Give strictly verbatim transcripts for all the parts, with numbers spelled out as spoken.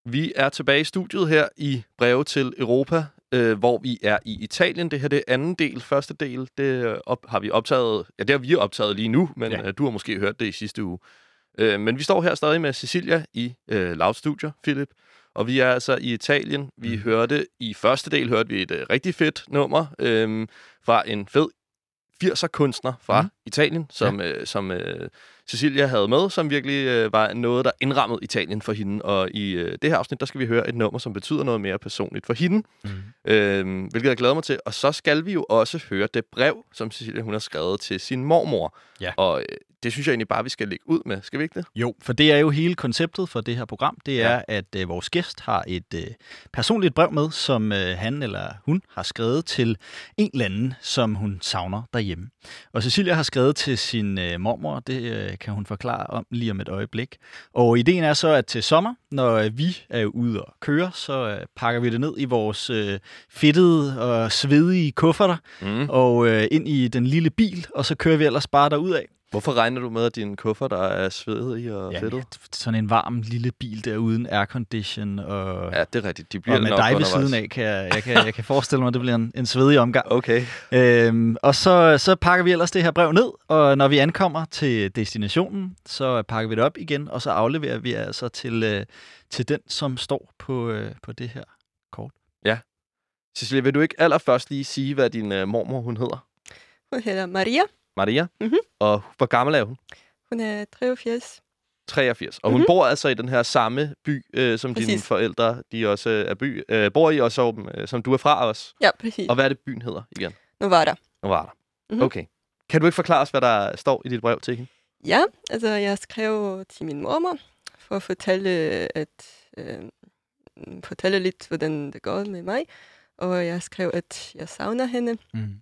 Vi er tilbage i studiet her i Breve til Europa, øh, hvor vi er i Italien. Det her det er anden del. Første del, det op, har vi optaget. Ja, det har vi optaget lige nu, men ja. øh, du har måske hørt det i sidste uge. Øh, men vi står her stadig med Cecilia i øh, Loud Studio, Philip. Og vi er altså i Italien. Vi mm. hørte i første del hørte vi et øh, rigtig fedt nummer øh, fra en fed firser-kunstner fra mm. Italien, som, ja. øh, som øh, Cecilia havde med, som virkelig øh, var noget, der indrammede Italien for hende. Og i øh, det her afsnit, der skal vi høre et nummer, som betyder noget mere personligt for hende, mm. øh, hvilket jeg glæder mig til. Og så skal vi jo også høre det brev, som Cecilia hun har skrevet til sin mormor. Ja. Og øh, det synes jeg egentlig bare, vi skal lægge ud med. Skal vi ikke det? Jo, for det er jo hele konceptet for det her program. Det er, ja. at øh, vores gæst har et øh, personligt brev med, som øh, han eller hun har skrevet til en eller anden, som hun savner derhjemme. Og Cecilia har skrevet til sin øh, mormor. Det øh, kan hun forklare om lige om et øjeblik. Og ideen er så, at til sommer, når øh, vi er ude og køre, så øh, pakker vi det ned i vores øh, fedtede og svedige kufferter mm. og øh, ind i den lille bil, og så kører vi ellers bare derudad. Hvorfor regner du med, at din kuffert der er svedet i og ja, fedtet? Ja, sådan en varm lille bil der uden aircondition. Og, ja, det er rigtigt. De bliver og med nok dig ved siden af, kan jeg, jeg, kan, jeg kan forestille mig, at det bliver en, en svedig omgang. Okay. Øhm, og så, så pakker vi ellers det her brev ned, og når vi ankommer til destinationen, så pakker vi det op igen, og så afleverer vi altså til, øh, til den, som står på, øh, på det her kort. Ja. Cecilia, vil du ikke allerførst lige sige, hvad din øh, mormor hun hedder? Hun hedder Maria. Maria? Mm-hmm. Og hvor gammel er hun? Hun er treogfirs. treogfirs. Og hun mm-hmm. bor altså i den her samme by, øh, som præcis. Dine forældre de også er by, øh, bor i, og som, øh, som du er fra os. Ja, præcis. Og hvad er det, byen hedder igen? Novara. Novara. Mm-hmm. Okay. Kan du ikke forklare os, hvad der står i dit brev til hende? Ja, altså jeg skrev til min mormor for at fortælle, at, øh, fortælle lidt, hvordan det går med mig. Og jeg skrev, at jeg savner hende. Mm.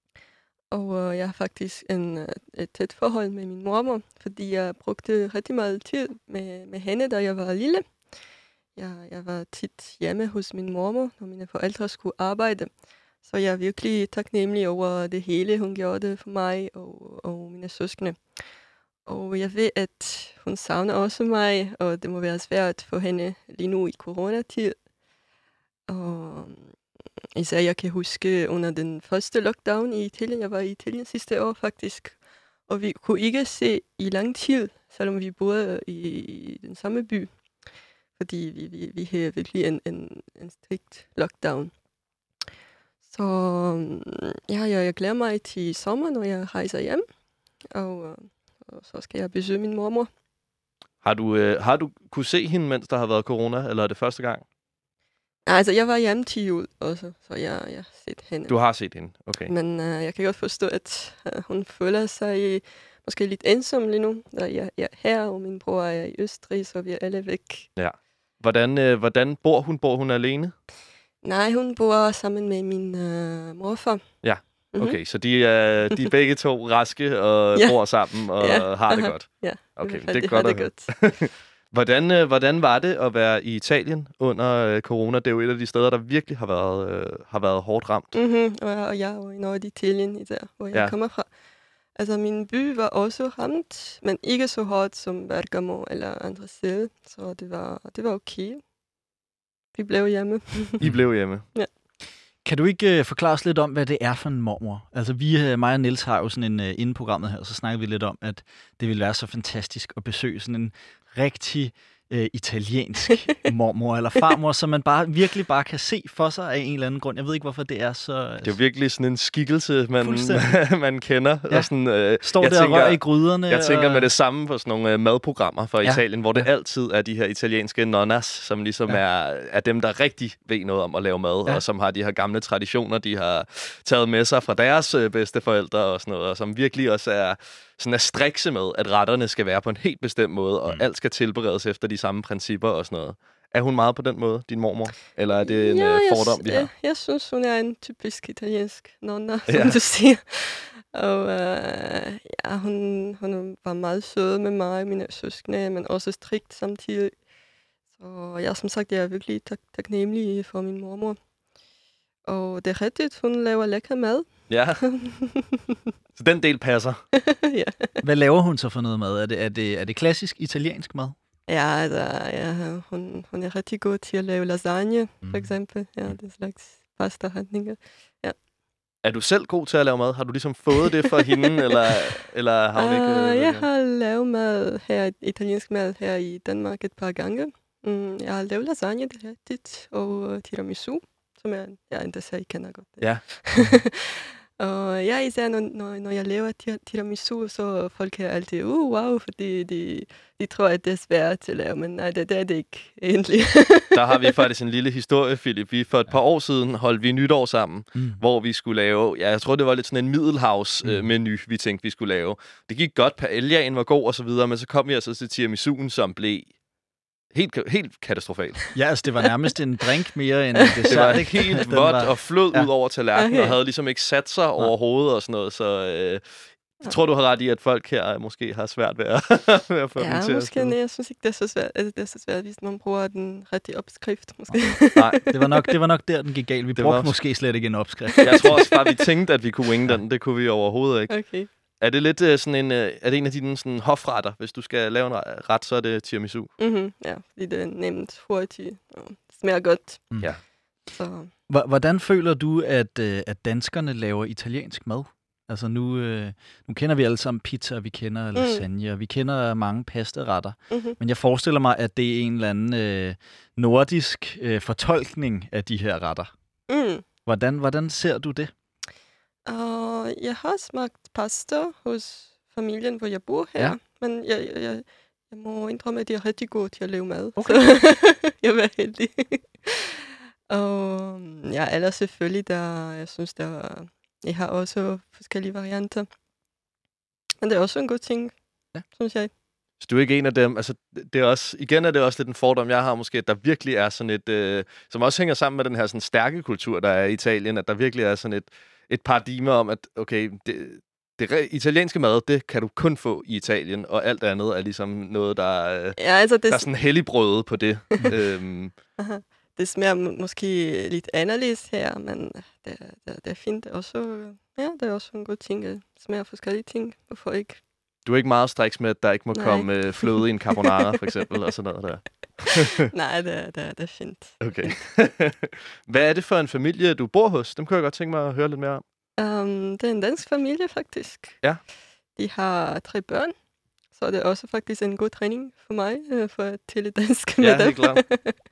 Og øh, jeg har faktisk en, et tæt forhold med min mormor, fordi jeg brugte rigtig meget tid med, med hende, da jeg var lille. Jeg, jeg var tit hjemme hos min mormor, når mine forældre skulle arbejde. Så jeg er virkelig taknemmelig over det hele, hun gjorde det for mig og, og mine søskende. Og jeg ved, at hun savner også mig, og det må være svært for hende lige nu i coronatid. Og især jeg kan huske under den første lockdown i Italien. Jeg var i Italien sidste år faktisk. Og vi kunne ikke se i lang tid, selvom vi boede i, i den samme by. Fordi vi, vi, vi havde virkelig en, en, en strikt lockdown. Så ja, jeg, jeg glæder mig til sommer, når jeg rejser hjem. Og, og så skal jeg besøge min mormor. Har du, øh, har du kunne se hende, mens der har været corona, eller er det første gang? Altså, jeg var hjemme til jul også, så jeg, jeg har set hende. Du har set hende, okay. Men uh, jeg kan godt forstå, at uh, hun føler sig måske lidt ensom lige nu. Da jeg, jeg er her, og min bror er i Østrig, så vi er alle væk. Ja. Hvordan, øh, hvordan bor hun? Bor hun alene? Nej, hun bor sammen med min uh, morfar. Ja, okay. Mm-hmm. Så de er, de er begge to raske og ja. Bor sammen og ja. Har det godt? Ja, okay, det er de godt. Det godt. Hvordan, øh, hvordan var det at være i Italien under øh, corona? Det er jo et af de steder, der virkelig har været, øh, har været hårdt ramt. Mm-hmm. Og, og jeg er jo i Norditalien, især, hvor jeg ja. kommer fra. Altså, min by var også ramt, men ikke så hårdt som Bergamo eller andre steder. Så det var, det var okay. Vi blev hjemme. I blev hjemme? Ja. Kan du ikke uh, forklare os lidt om, hvad det er for en mormor? Altså, vi, uh, mig og Niels har jo sådan en, uh, inden programmet her, så snakker vi lidt om, at det ville være så fantastisk at besøge sådan en rigtig øh, italiensk mormor eller farmor, som man bare virkelig bare kan se for sig af en eller anden grund. Jeg ved ikke, hvorfor det er så... Det er jo virkelig sådan en skikkelse, man, man kender. Ja. Og sådan, øh, Står der og rører i gryderne. Jeg tænker og... med det samme på sådan nogle øh, madprogrammer fra ja. Italien, hvor det ja. altid er de her italienske nonnas, som ligesom ja. er, er dem, der rigtig ved noget om at lave mad, ja. Og som har de her gamle traditioner, de har taget med sig fra deres øh, bedsteforældre og sådan noget, og som virkelig også er... sådan at strikse med, at retterne skal være på en helt bestemt måde, og mm. alt skal tilberedes efter de samme principper og sådan noget. Er hun meget på den måde, din mormor? Eller er det en ja, fordom, vi har? Jeg, jeg synes, hun er en typisk italiensk nonna, som ja. du siger. Og øh, ja, hun, hun var meget sød med mig og mine søskende, men også strikt samtidig. Så jeg, som sagt, jeg er virkelig tak- taknemmelig for min mormor. Og det er rigtigt, hun laver lækker mad. Ja. Så den del passer. Ja. Hvad laver hun så for noget mad? Er det, er det, er det klassisk italiensk mad? Ja, altså, ja, hun, hun er rigtig god til at lave lasagne, mm. for eksempel. Ja, det slags pasta-retninger. Ja. Er du selv god til at lave mad? Har du ligesom fået det fra hende, eller, eller har hun ikke? Uh, jeg har lavet mad her, italiensk mad her i Danmark et par gange. Mm, jeg har lavet lasagne, det er tit, og tiramisu, som er ja, en dessert, I kender godt. Ja. Og ja, især når, når, når jeg laver tiramisu, så folk her altid, uh, wow, fordi de, de tror, at det er svært til at lave, men nej, det, det er det ikke egentlig. Der har vi faktisk en lille historie, Philip. Vi for et par år siden holdt vi nytår sammen, mm. hvor vi skulle lave, ja, jeg tror, det var lidt sådan en middelhavs-menu, mm. vi tænkte, vi skulle lave. Det gik godt, paellaen var god og så videre, men så kom vi altså til tiramisu'en, som blev helt, helt katastrofalt. Ja, altså det var nærmest en drink mere end en dessert. Det var helt vådt var... og flød ja. ud over tallerkenen, okay. og havde ligesom ikke sat sig overhovedet og sådan noget, så øh, jeg tror, du har ret i, at folk her måske har svært ved at, ved at få ja, dem til måske, at nej, jeg synes ikke, det er så svært, altså, det er så svært, hvis man bruger den rigtige opskrift, måske. Nej, det var nok, det var nok der, den gik galt. Vi det brugte var... måske slet ikke en opskrift. Jeg tror også bare, vi tænkte, at vi kunne winge den. Det kunne vi overhovedet ikke. Okay. Er det lidt uh, sådan en, uh, er det en af dine sådan, hofretter? Hvis du skal lave en ret, så er det tiramisu. Mm-hmm, ja, fordi det er nemt, hurtigt og smager godt. Mm. Ja. Så. Hvordan føler du, at, at danskerne laver italiensk mad? Altså nu, øh, nu kender vi alle sammen pizza, vi kender lasagne, mm. vi kender mange pastaretter. Mm-hmm. Men jeg forestiller mig, at det er en eller anden øh, nordisk øh, fortolkning af de her retter. Mm. Hvordan, hvordan ser du det? Uh, jeg har smagt pasta hos familien, hvor jeg bor her. Ja. Men jeg, jeg, jeg, jeg må indrømme, at jeg er rigtig god til at lave mad. Okay. Jeg var heldig. Og ja, ellers selvfølgelig, der, jeg synes, der, jeg har også forskellige varianter. Men det er også en god ting, ja. Synes jeg. Så du er ikke en af dem, altså det er også, igen er det også lidt en fordom, jeg har måske, at der virkelig er sådan et, øh, som også hænger sammen med den her sådan stærke kultur, der er i Italien, at der virkelig er sådan et, et paradigme om, at okay, det, det italienske mad, det kan du kun få i Italien, og alt andet er ligesom noget, der, ja, altså det... der er sådan helligbrødet på det. øhm. Det smager må- måske lidt anderledes her, men det, det, det er fint. Også, ja, det er også en god ting. Det smager forskellige ting. Hvorfor ikke? Du er ikke meget striks med, at der ikke må Nej. komme øh, fløde i en carbonara, for eksempel, og sådan noget der? Nej, det er, det, er, det er fint. Okay. Hvad er det for en familie, du bor hos? Dem kunne jeg godt tænke mig at høre lidt mere om. Um, det er en dansk familie, faktisk. Ja. De har tre børn, så det er også faktisk en god træning for mig, uh, for at tale dansk med ja, dem. Ja, klart.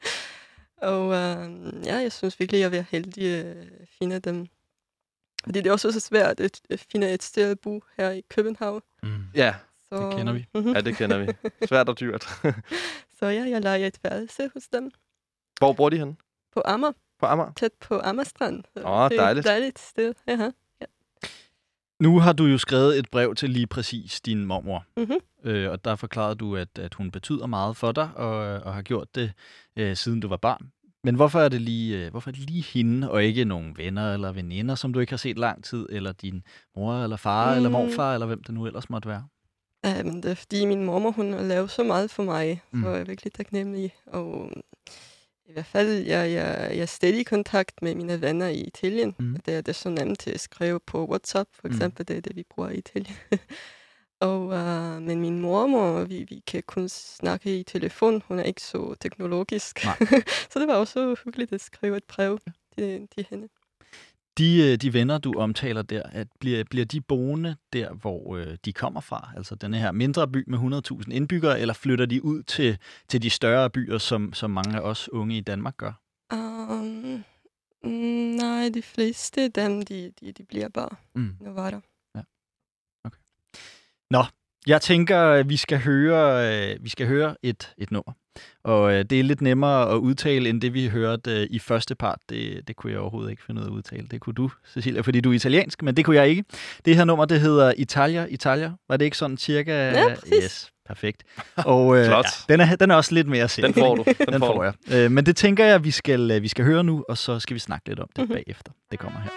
Og uh, ja, jeg synes virkelig, jeg er heldig at finde dem. Fordi det er også så svært at finde et sted at bo her i København. Mm. Ja, så... det kender vi. Ja, det kender vi. Svært og dyrt. Så ja, jeg leger et værelse hos dem. Hvor bor de henne? På Amager. På Amager? Tæt på Amagerstrand. Åh, oh, dejligt. Det er et dejligt sted. Aha. Ja. Nu har du jo skrevet et brev til lige præcis din mormor. Mm-hmm. Øh, og der forklarede du, at, at hun betyder meget for dig, og, og har gjort det, øh, siden du var barn. Men hvorfor er det lige, øh, hvorfor er det lige hende, og ikke nogle venner eller veninder, som du ikke har set lang tid, eller din mor eller far mm. eller morfar, eller hvem det nu ellers måtte være? Ja, men det er fordi min mormor, hun har lavet så meget for mig, mm. så jeg er virkelig taknemmelig. Og i hvert fald, jeg, jeg, jeg er stadig i kontakt med mine venner i Italien. Mm. Det, er, det er så nemt at skrive på WhatsApp, for eksempel. Mm. Det er det, vi bruger i Italien. Og, uh, men min mormor, vi, vi kan kun snakke i telefon. Hun er ikke så teknologisk. Så det var også hyggeligt at skrive et brev til, til hende. De, de venner, du omtaler der, at bliver, bliver de boende der, hvor øh, de kommer fra? Altså denne her mindre by med hundrede tusind indbyggere, eller flytter de ud til, til de større byer, som, som mange af os unge i Danmark gør? Um, nej, de fleste af dem, de, de, de bliver bare mm. Novara. Ja. Okay. Nå, jeg tænker, at vi skal høre, vi skal høre et, et nummer. Og øh, det er lidt nemmere at udtale, end det vi hørte øh, i første part. Det, det kunne jeg overhovedet ikke finde ud af at udtale. Det kunne du, Cecilia, fordi du er italiensk, men det kunne jeg ikke. Det her nummer, det hedder Italia, Italia. Var det ikke sådan cirka? Ja, præcis. Yes, perfekt. Og øh, ja, den, er, den er også lidt mere selv. Den får du. Den, den får, får jeg. Øh, men det tænker jeg, vi skal, vi skal høre nu, og så skal vi snakke lidt om det mm-hmm. bagefter. Det kommer her.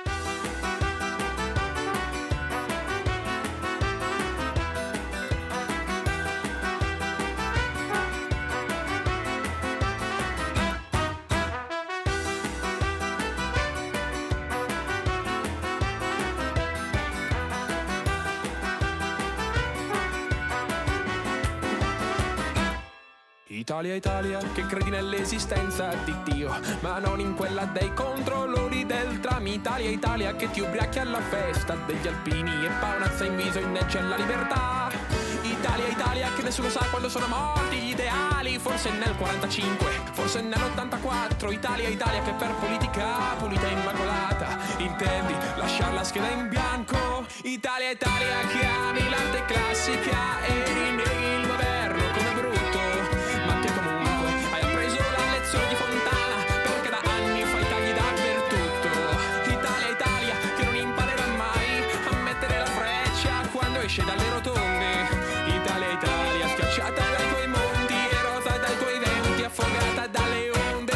Italia, Italia, che credi nell'esistenza di Dio, ma non in quella dei controllori del tram. Italia, Italia, che ti ubriachi alla festa degli alpini e paonazza in viso inneggia alla libertà. Italia, Italia, che nessuno sa quando sono morti gli ideali, forse nel quarantacinque, forse nell'ottantaquattro. Italia, Italia, che per politica pulita e immacolata intendi lasciar la scheda in bianco. Italia, Italia, che ami l'arte classica e rinneghi il governo come brutto, ma che comunque hai appreso la lezione di Fontana, perché da anni fai tagli dappertutto. Italia, Italia, che non imparerà mai a mettere la freccia quando esce dalle rotonde. Italia, Italia, schiacciata dai tuoi monti, erosa dai tuoi venti, affogata dalle onde.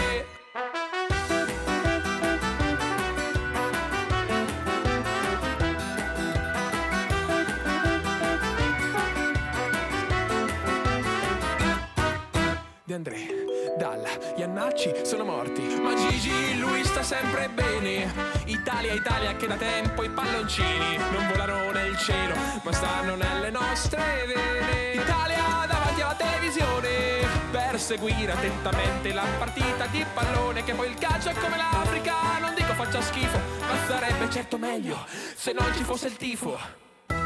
De André, Dalla, Iannacci sono morti, ma Gigi lui sta sempre bene. Italia, Italia, che da tempo i palloncini non volano nel cielo, ma stanno nelle nostre vene. Italia davanti alla televisione per seguire attentamente la partita di pallone, che poi il calcio è come l'Africa, non dico faccia schifo, ma sarebbe certo meglio se non ci fosse il tifo.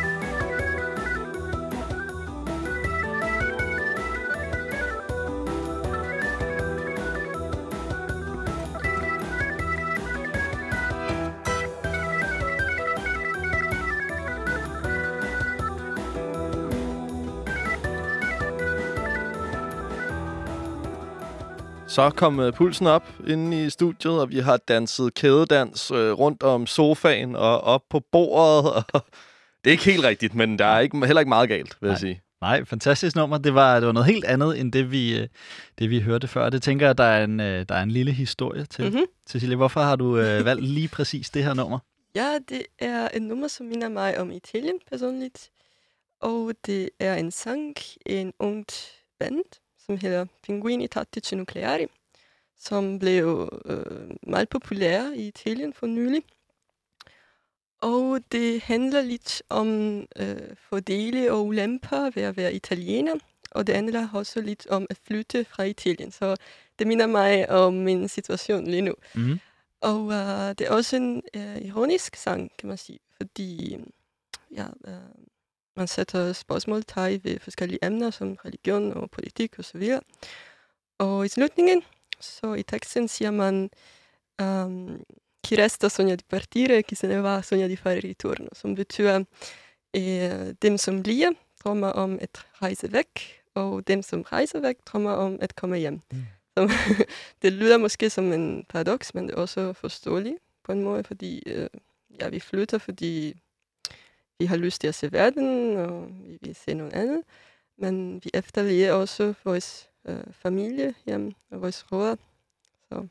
Så kom uh, pulsen op inde i studiet, og vi har danset kædedans uh, rundt om sofaen og op på bordet. Og det er ikke helt rigtigt, men der er ikke, heller ikke meget galt, vil Nej. jeg sige. Nej, fantastisk nummer. Det var, det var noget helt andet, end det vi, det, vi hørte før. Det tænker jeg, der er en, der er en lille historie til. Mm-hmm. Cecilie, hvorfor har du uh, valgt lige præcis det her nummer? Ja, det er en nummer, som minder mig om Italien personligt. Og det er en sang i en ungt band, som hedder Pinguini Tattici Nucleari, som blev øh, meget populær i Italien for nylig. Og det handler lidt om øh, fordele og ulemper ved at være italiener, og det handler også lidt om at flytte fra Italien. Så det minder mig om min situation lige nu. Mm-hmm. Og øh, det er også en øh, ironisk sang, kan man sige, fordi ja, øh, man sætter spørgsmålstegn ved forskellige emner, som religion og politik osv. Og i slutningen, så i teksten siger man, um, chi resta sogna di partire, chi se ne va sogna di fare ritorno, som betyder, eh, dem som bliver drømmer om at rejse væk, og dem som rejser væk drømmer om at komme hjem. Mm. Så, det lyder måske som en paradoks, men det er også forståeligt på en måde, fordi øh, ja, vi flytter, fordi vi har lyst til at se verden, og vi vil se noget andet. Men vi efterlever også vores øh, familie hjem, og vores rødder. Så.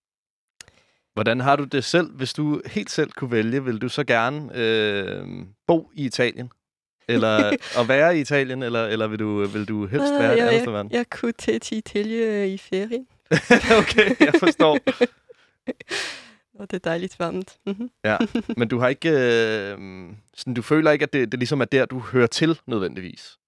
Hvordan har du det selv? Hvis du helt selv kunne vælge, vil du så gerne øh, bo i Italien? Eller at være i Italien, eller, eller vil, du, vil du helst være et andet sted? Jeg, jeg kunne tage til Italien i ferie. Okay, jeg forstår. Og det er dejligt varmt. Mm-hmm. Ja, men du har ikke, øh, sådan, du føler ikke, at det, det ligesom er der, du hører til nødvendigvis?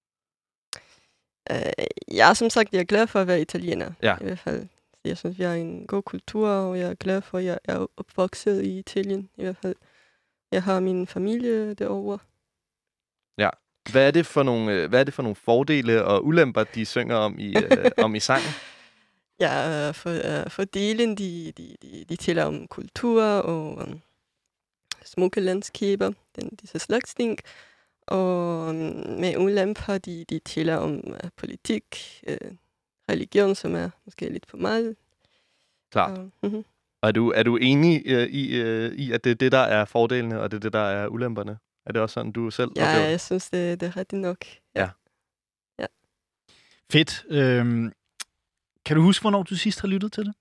Uh, jeg er som sagt, jeg er glad for at være italiener. Ja. I hvert fald. Jeg synes, vi har en god kultur, og jeg er glad for, at jeg er opvokset i Italien. I hvert fald. Jeg har min familie derovre. Ja. Hvad er det for nogle, hvad er det for nogle fordele og ulemper, de synger om i, øh, om i sangen? Ja, for, uh, fordelen, de, de, de, de taler om kultur og um, smukke landskaber, den, disse slags ting. Og um, med ulemper, de, de taler om uh, politik, uh, religion, som er måske lidt for meget. Klart. Og, uh-huh. Og er du, er du enig uh, i, uh, i, at det er det, der er fordelene, og det er det, der er ulemperne? Er det også sådan, du selv ja, oplever? jeg synes, det, det er rigtigt nok. Ja. Ja. Ja. Fedt. Øhm, kan du huske, hvornår du sidst har lyttet til det?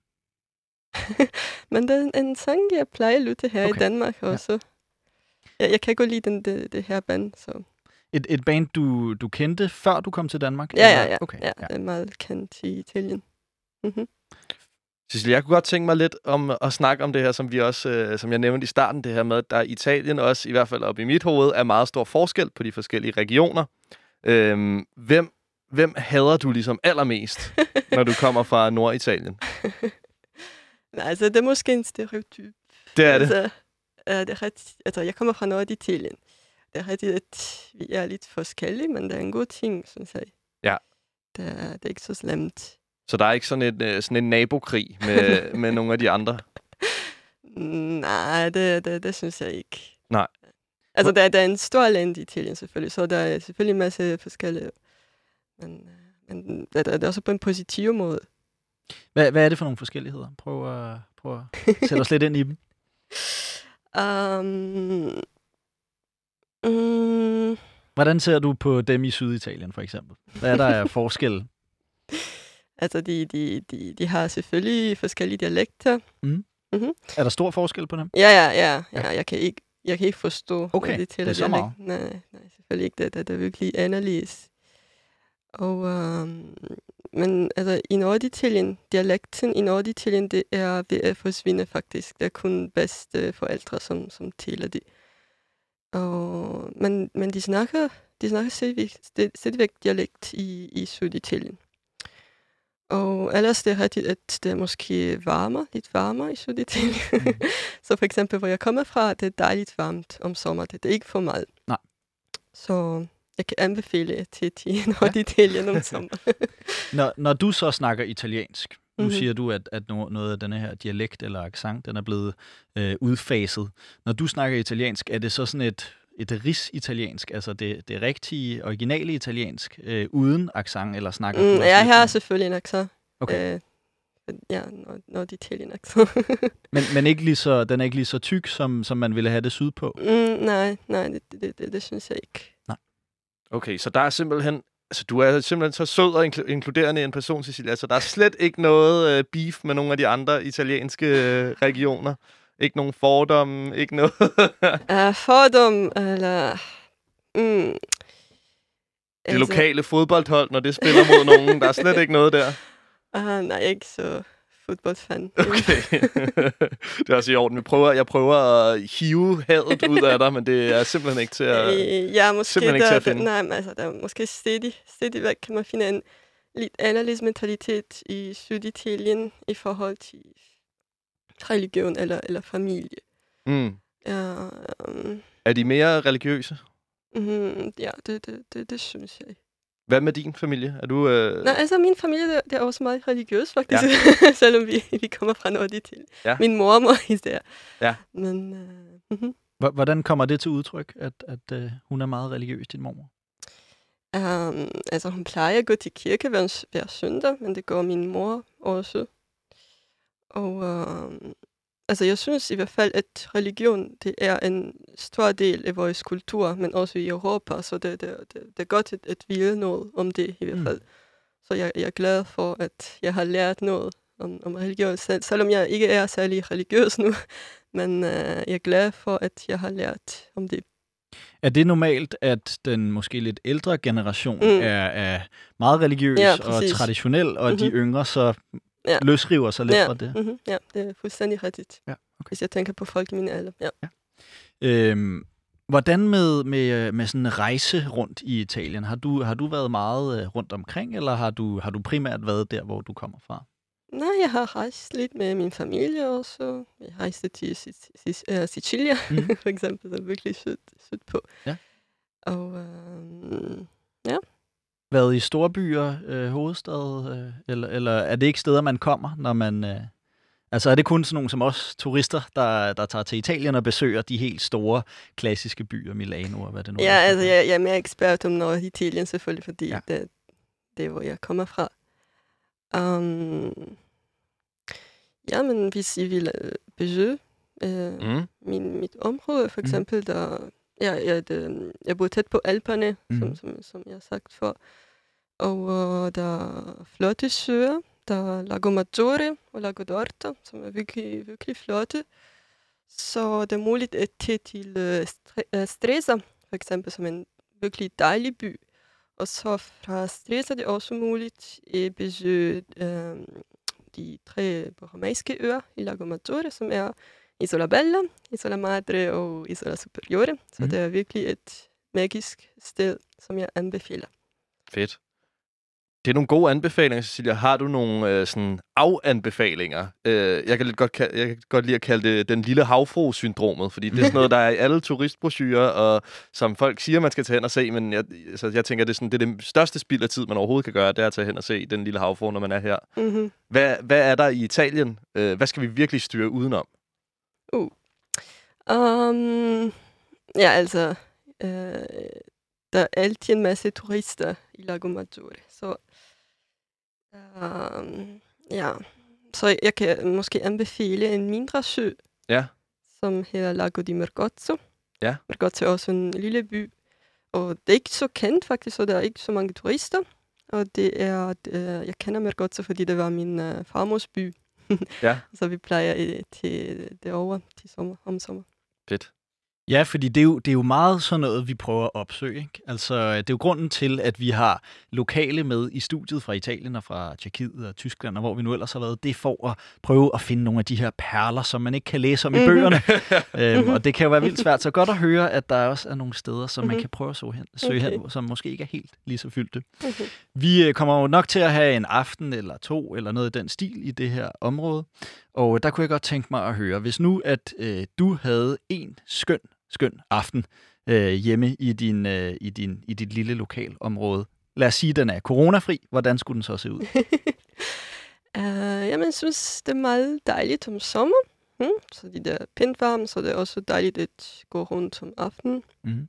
Men det er en sang, jeg plejer at lytte her okay. i Danmark også. Ja. Jeg, jeg kan godt lide den, det, det her band. Så. Et, et band, du, du kendte, før du kom til Danmark? Ja, ja, ja. Okay. ja, det er meget kendt i Italien. Mm-hmm. Cecilie, jeg kunne godt tænke mig lidt om at snakke om det her, som vi også, øh, som jeg nævnte i starten, det her med, at der i Italien også, i hvert fald op i mit hoved, er meget stor forskel på de forskellige regioner. Øhm, hvem hvem hader du ligesom allermest, når du kommer fra Norditalien? Nej, altså, det er måske en stereotyp. Det er det. Altså, øh, det er ret, altså, jeg kommer fra Norditalien. Det er rigtigt, at vi er lidt forskellige, men det er en god ting, synes jeg. Ja. Det er, det er ikke så slemt. Så der er ikke sådan, et, sådan en nabokrig med, med nogle af de andre? Nej, det, det, det synes jeg ikke. Nej. Altså, der, der er en stor land i Italien, selvfølgelig, så der er selvfølgelig en masse forskellige. Men, men det, det er også på en positiv måde. Hvad, hvad er det for nogle forskelligheder? Prøv at, prøv at sætte os lidt ind i dem. Um, mm, Hvordan ser du på dem i Syditalien, for eksempel? Hvad er der af forskel? Altså, de, de, de, de har selvfølgelig forskellige dialekter. Mm. Mm-hmm. Er der stor forskel på dem? Ja, ja, ja. ja. Jeg, kan ikke, jeg kan ikke forstå, okay. det det er så meget. Nej, nej, selvfølgelig ikke. Det, det, det er virkelig anderledes. Og, um, men altså, i Norditalien, dialekten i Norditalien, det er ved at forsvinde faktisk. Det er kun bedste forældre, som, som taler det. Og, men, men de snakker, de snakker stadigvæk dialekt i, i Syditalien. Og ellers det er rigtigt, at det er måske varmere, lidt varmere i Syditalien. Mm. Så for eksempel, hvor jeg kommer fra, det er dejligt varmt om sommeren. Det er ikke for meget. Nej. Så jeg kan anbefale til til Norditalien om sommeren. når, når du så snakker italiensk, nu mm-hmm. siger du, at, at noget af denne her dialekt eller accent, den er blevet øh, udfaset. Når du snakker italiensk, er det så sådan et, et ris-italiensk, altså det, det rigtige, originale italiensk, øh, uden accent, eller snakker mm, du også jeg lidt har sådan? selvfølgelig en accent. Okay. Øh, ja, Norditalien accent. men men ikke lige så, den er ikke lige så tyk, som, som man ville have det sydpå? Mm, nej, nej, det, det, det, det synes jeg ikke. Nej. Okay, så der er simpelthen... Altså, du er simpelthen så sød og inkl- inkluderende en person, Cecilia. Altså, der er slet ikke noget øh, beef med nogle af de andre italienske øh, regioner. Ikke nogen fordomme, ikke noget... uh, fordom, eller... Mm, det altså... lokale fodboldhold, når det spiller mod nogen, der er slet ikke noget der. Uh, nej, jeg er ikke så fodboldfan. Okay. Det er også i orden. Jeg prøver, jeg prøver at hive hadet ud af dig, men det er simpelthen ikke til at, øh, ja, måske simpelthen ikke der, til at finde. Nej, men altså, der er måske stadig, stadig væk kan man finde en lidt anderledes mentalitet i Syditalien i forhold til religion eller, eller familie. Mm. Ja, um, er de mere religiøse? Mm, ja, det, det, det, det synes jeg. Hvad med din familie? Er du... Øh... Nej, altså min familie, det, det er også meget religiøs, faktisk. Ja. Selvom vi, vi kommer fra Norditalien. Ja. Min mormor især. Ja. Men, uh, uh-huh. Hvordan kommer det til udtryk, at, at uh, hun er meget religiøs, din mormor? Um, altså, hun plejer at gå til kirke hver, hver søndag, men det går min mor også. Og um, altså, jeg synes i hvert fald, at religion, det er en stor del af vores kultur, men også i Europa, så det, det, det, det er godt at, at vide noget om det i hvert fald. Mm. Så jeg, jeg er glad for, at jeg har lært noget om, om religion selv, selvom jeg ikke er særlig religiøs nu, men uh, jeg er glad for, at jeg har lært om det. Er det normalt, at den måske lidt ældre generation mm. er, er meget religiøs ja, og traditionel, og mm-hmm. de yngre så ja. løsriver sig lidt ja. fra det? Mm-hmm. Ja, det er fuldstændig rigtigt. Ja, okay. Hvis jeg tænker på folk i min alder. Ja. Ja. Øhm, hvordan med, med, med sådan en rejse rundt i Italien? Har du, har du været meget rundt omkring, eller har du, har du primært været der, hvor du kommer fra? Nej, jeg har rejst lidt med min familie også. Jeg rejste til Sicilia, mm. for eksempel. Det er virkelig sødt, sødt på. Ja. Og øhm, ja. Været i storbyer, øh, hovedstad, øh, eller, eller er det ikke steder, man kommer, når man... Øh, altså er det kun sådan nogle som os, turister, der, der tager til Italien og besøger de helt store, klassiske byer, Milano og hvad det nu ja, er? Ja, altså jeg, jeg er mere ekspert om Norditalien selvfølgelig, fordi ja. det, det er, hvor jeg kommer fra. Um, ja, men hvis I vil besøge øh, mm. min, mit område, for eksempel, mm. der, ja, ja, det, jeg bor tæt på Alperne, mm. som, som, som jeg har sagt før, og uh, der er flotte søer, der er Lago Maggiore og Lago d'Orta, som er virkelig, virkelig flotte, så det er muligt at tage til uh, Stresa, for eksempel, som en virkelig dejlig by. Og så fra Stresa det er også muligt at besøge øh, de tre borromeiske øer i Lago Maggiore, som er Isola Bella, Isola Madre og Isola Superiore. Så mm. det er virkelig et magisk sted, som jeg anbefaler. Fedt. Det er nogle gode anbefalinger, Cecilia. Har du nogle øh, sådan afanbefalinger? Øh, jeg, kan lidt godt kalde, jeg kan godt lide at kalde det den lille havfru-syndromet, fordi det er sådan noget, der er i alle turistbrochurer, og som folk siger, man skal tage hen og se, men jeg, altså, jeg tænker, det er, sådan, det er det største spild af tid, man overhovedet kan gøre, det er at tage hen og se den lille havfru, når man er her. Mm-hmm. Hvad, hvad er der i Italien? Øh, hvad skal vi virkelig styre udenom? Uh. Um, ja, altså... Øh, der er altid en masse turister i Lago Maggiore, så... Um, ja, så jeg kan måske anbefale en mindre sø, ja. Som hedder Lago di Mergozzo. Ja. Mergozzo er også en lille by, og det er ikke så kendt faktisk, så der er ikke så mange turister. Og det er, uh, jeg kender Mergozzo, fordi det var min uh, farmors by. Ja. Så vi plejer uh, til derovre til sommer, om sommer. Fedt. Ja, fordi det er, jo, det er jo meget sådan noget, vi prøver at opsøge. Ikke? Altså, det er jo grunden til, at vi har lokale med i studiet fra Italien og fra Tjekkiet og Tyskland, og hvor vi nu ellers har været. Det er for at prøve at finde nogle af de her perler, som man ikke kan læse om i bøgerne. øhm, og det kan jo være vildt svært. Så godt at høre, at der også er nogle steder, som man kan prøve at søge hen, søge okay. hen som måske ikke er helt lige så fyldte. Okay. Vi kommer jo nok til at have en aften eller to, eller noget i den stil i det her område. Og der kunne jeg godt tænke mig at høre, hvis nu, at øh, du havde en skøn skøn aften øh, hjemme i, din, øh, i, din, i dit lille lokalområde. Lad os sige, at den er coronafri. Hvordan skulle den så se ud? uh, jamen, jeg synes, det er meget dejligt om sommer. Hmm? Så det er pænt varmt, så det er også dejligt at gå rundt om aftenen. Mm.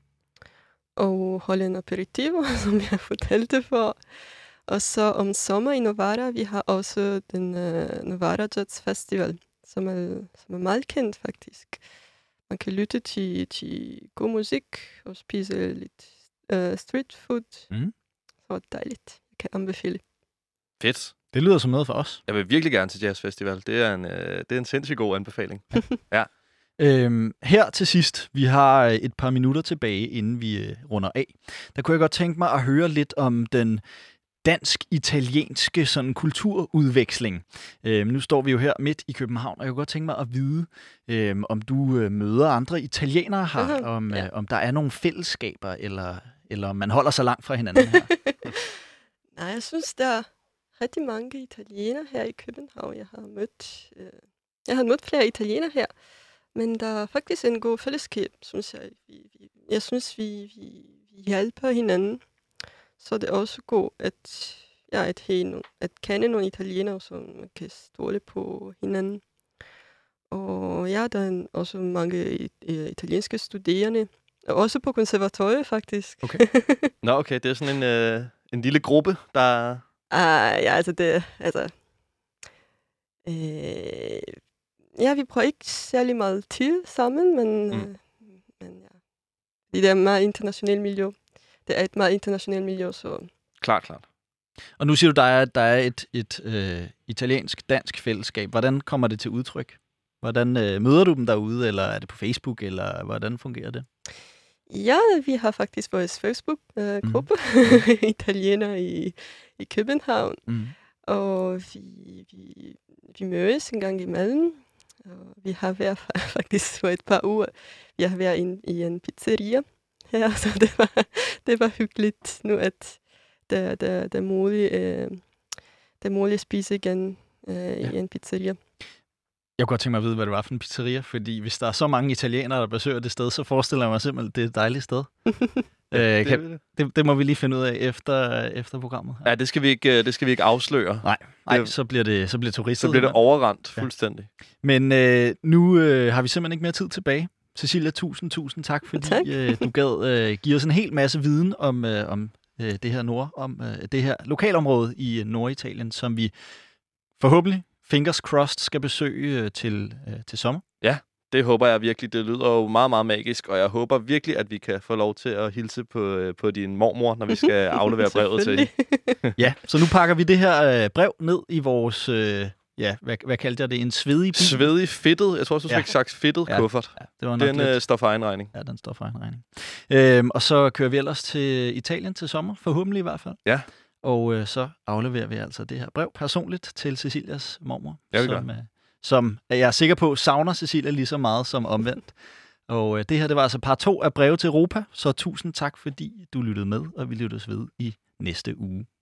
Og holde en aperitivo, som jeg fortalte for. Og så om sommer i Novara, vi har også den uh, Novara Jazz Festival, som er, som er meget kendt faktisk. Man kan lytte til, til god musik og spise lidt uh, street food. Mm. Så dejligt. Jeg kan anbefale. Fedt. Det lyder som noget for os. Jeg vil virkelig gerne til Jazz Festival. Det er en, øh, det er en sindssygt god anbefaling. Ja. Øhm, her til sidst, vi har et par minutter tilbage, inden vi øh, runder af. Der kunne jeg godt tænke mig at høre lidt om den dansk-italienske sådan kulturudveksling. Øhm, nu står vi jo her midt i København, og jeg kunne godt tænke mig at vide, øhm, om du øh, møder andre italienere her, om, ja. øh, om der er nogle fællesskaber, eller, eller om man holder sig langt fra hinanden her. Nej, jeg synes, der er rigtig mange italienere her i København. Jeg har mødt, øh, jeg har mødt flere italienere her, men der er faktisk en god fællesskab, synes jeg. Vi, vi, jeg synes, vi, vi, vi hjælper hinanden. Så det er også godt at, ja, at, have, at kende nogle italienere, som man kan stole på hinanden. Og ja, der er også mange italienske studerende, og også på konservatoriet faktisk. Okay. Nå, okay, det er sådan en, øh, en lille gruppe, der... Ah, ja, altså det, altså... Øh, ja, vi prøver ikke særlig meget tid sammen, men, mm. øh, men ja, det er et meget internationalt miljø. Det er et meget internationalt miljø, så... Klart, klart. Og nu siger du, der er, der er et, et øh, italiensk-dansk fællesskab. Hvordan kommer det til udtryk? Hvordan øh, møder du dem derude, eller er det på Facebook, eller hvordan fungerer det? Ja, vi har faktisk vores Facebook-gruppe, øh, mm. italienere i, i København. Mm. Og vi, vi, vi mødes en gang imellem. Og vi har været faktisk for et par uger, vi har været in, i en pizzeria her, så det var, det var hyggeligt nu, at der, der, der, er muligt, øh, der er muligt at spise igen øh, ja. i en pizzeria. Jeg kunne godt tænke mig at vide, hvad det var for en pizzeria, fordi hvis der er så mange italienere, der besøger det sted, så forestiller jeg mig simpelthen, det er et dejligt sted. øh, kan, det, det må vi lige finde ud af efter, efter programmet. Ja, det skal vi ikke, det skal vi ikke afsløre. Nej, Nej så bliver det så bliver turister. Så bliver det overrendt fuldstændig. Ja. Men øh, nu øh, har vi simpelthen ikke mere tid tilbage. Cecilia, tusind, tusind tak, fordi tak. øh, du gad øh, give os en hel masse viden om, øh, om øh, det her nord, om øh, det her lokalområde i Norditalien, som vi forhåbentlig, fingers crossed, skal besøge øh, til, øh, til sommer. Ja, det håber jeg virkelig. Det lyder jo meget, meget magisk, og jeg håber virkelig, at vi kan få lov til at hilse på, øh, på din mormor, når vi skal aflevere brevet til hende. Ja, så nu pakker vi det her øh, brev ned i vores... Øh, Ja, hvad, hvad kaldte jeg det? En svedig bil? Svedig, fedtet. Jeg tror også, du fik ja. sagt fedtet ja. kuffert. Ja, det var nok den lidt... øh, står for egen regning. Ja, den står for egen regning. Øhm, og så kører vi ellers til Italien til sommer, forhåbentlig i hvert fald. Ja. Og øh, så afleverer vi altså det her brev personligt til Cecilias mormor. Ja, som, øh, som jeg er sikker på, savner Cecilia lige så meget som omvendt. Og øh, det her, det var altså part to af Breve til Europa. Så tusind tak, fordi du lyttede med, og vi lyttes ved i næste uge.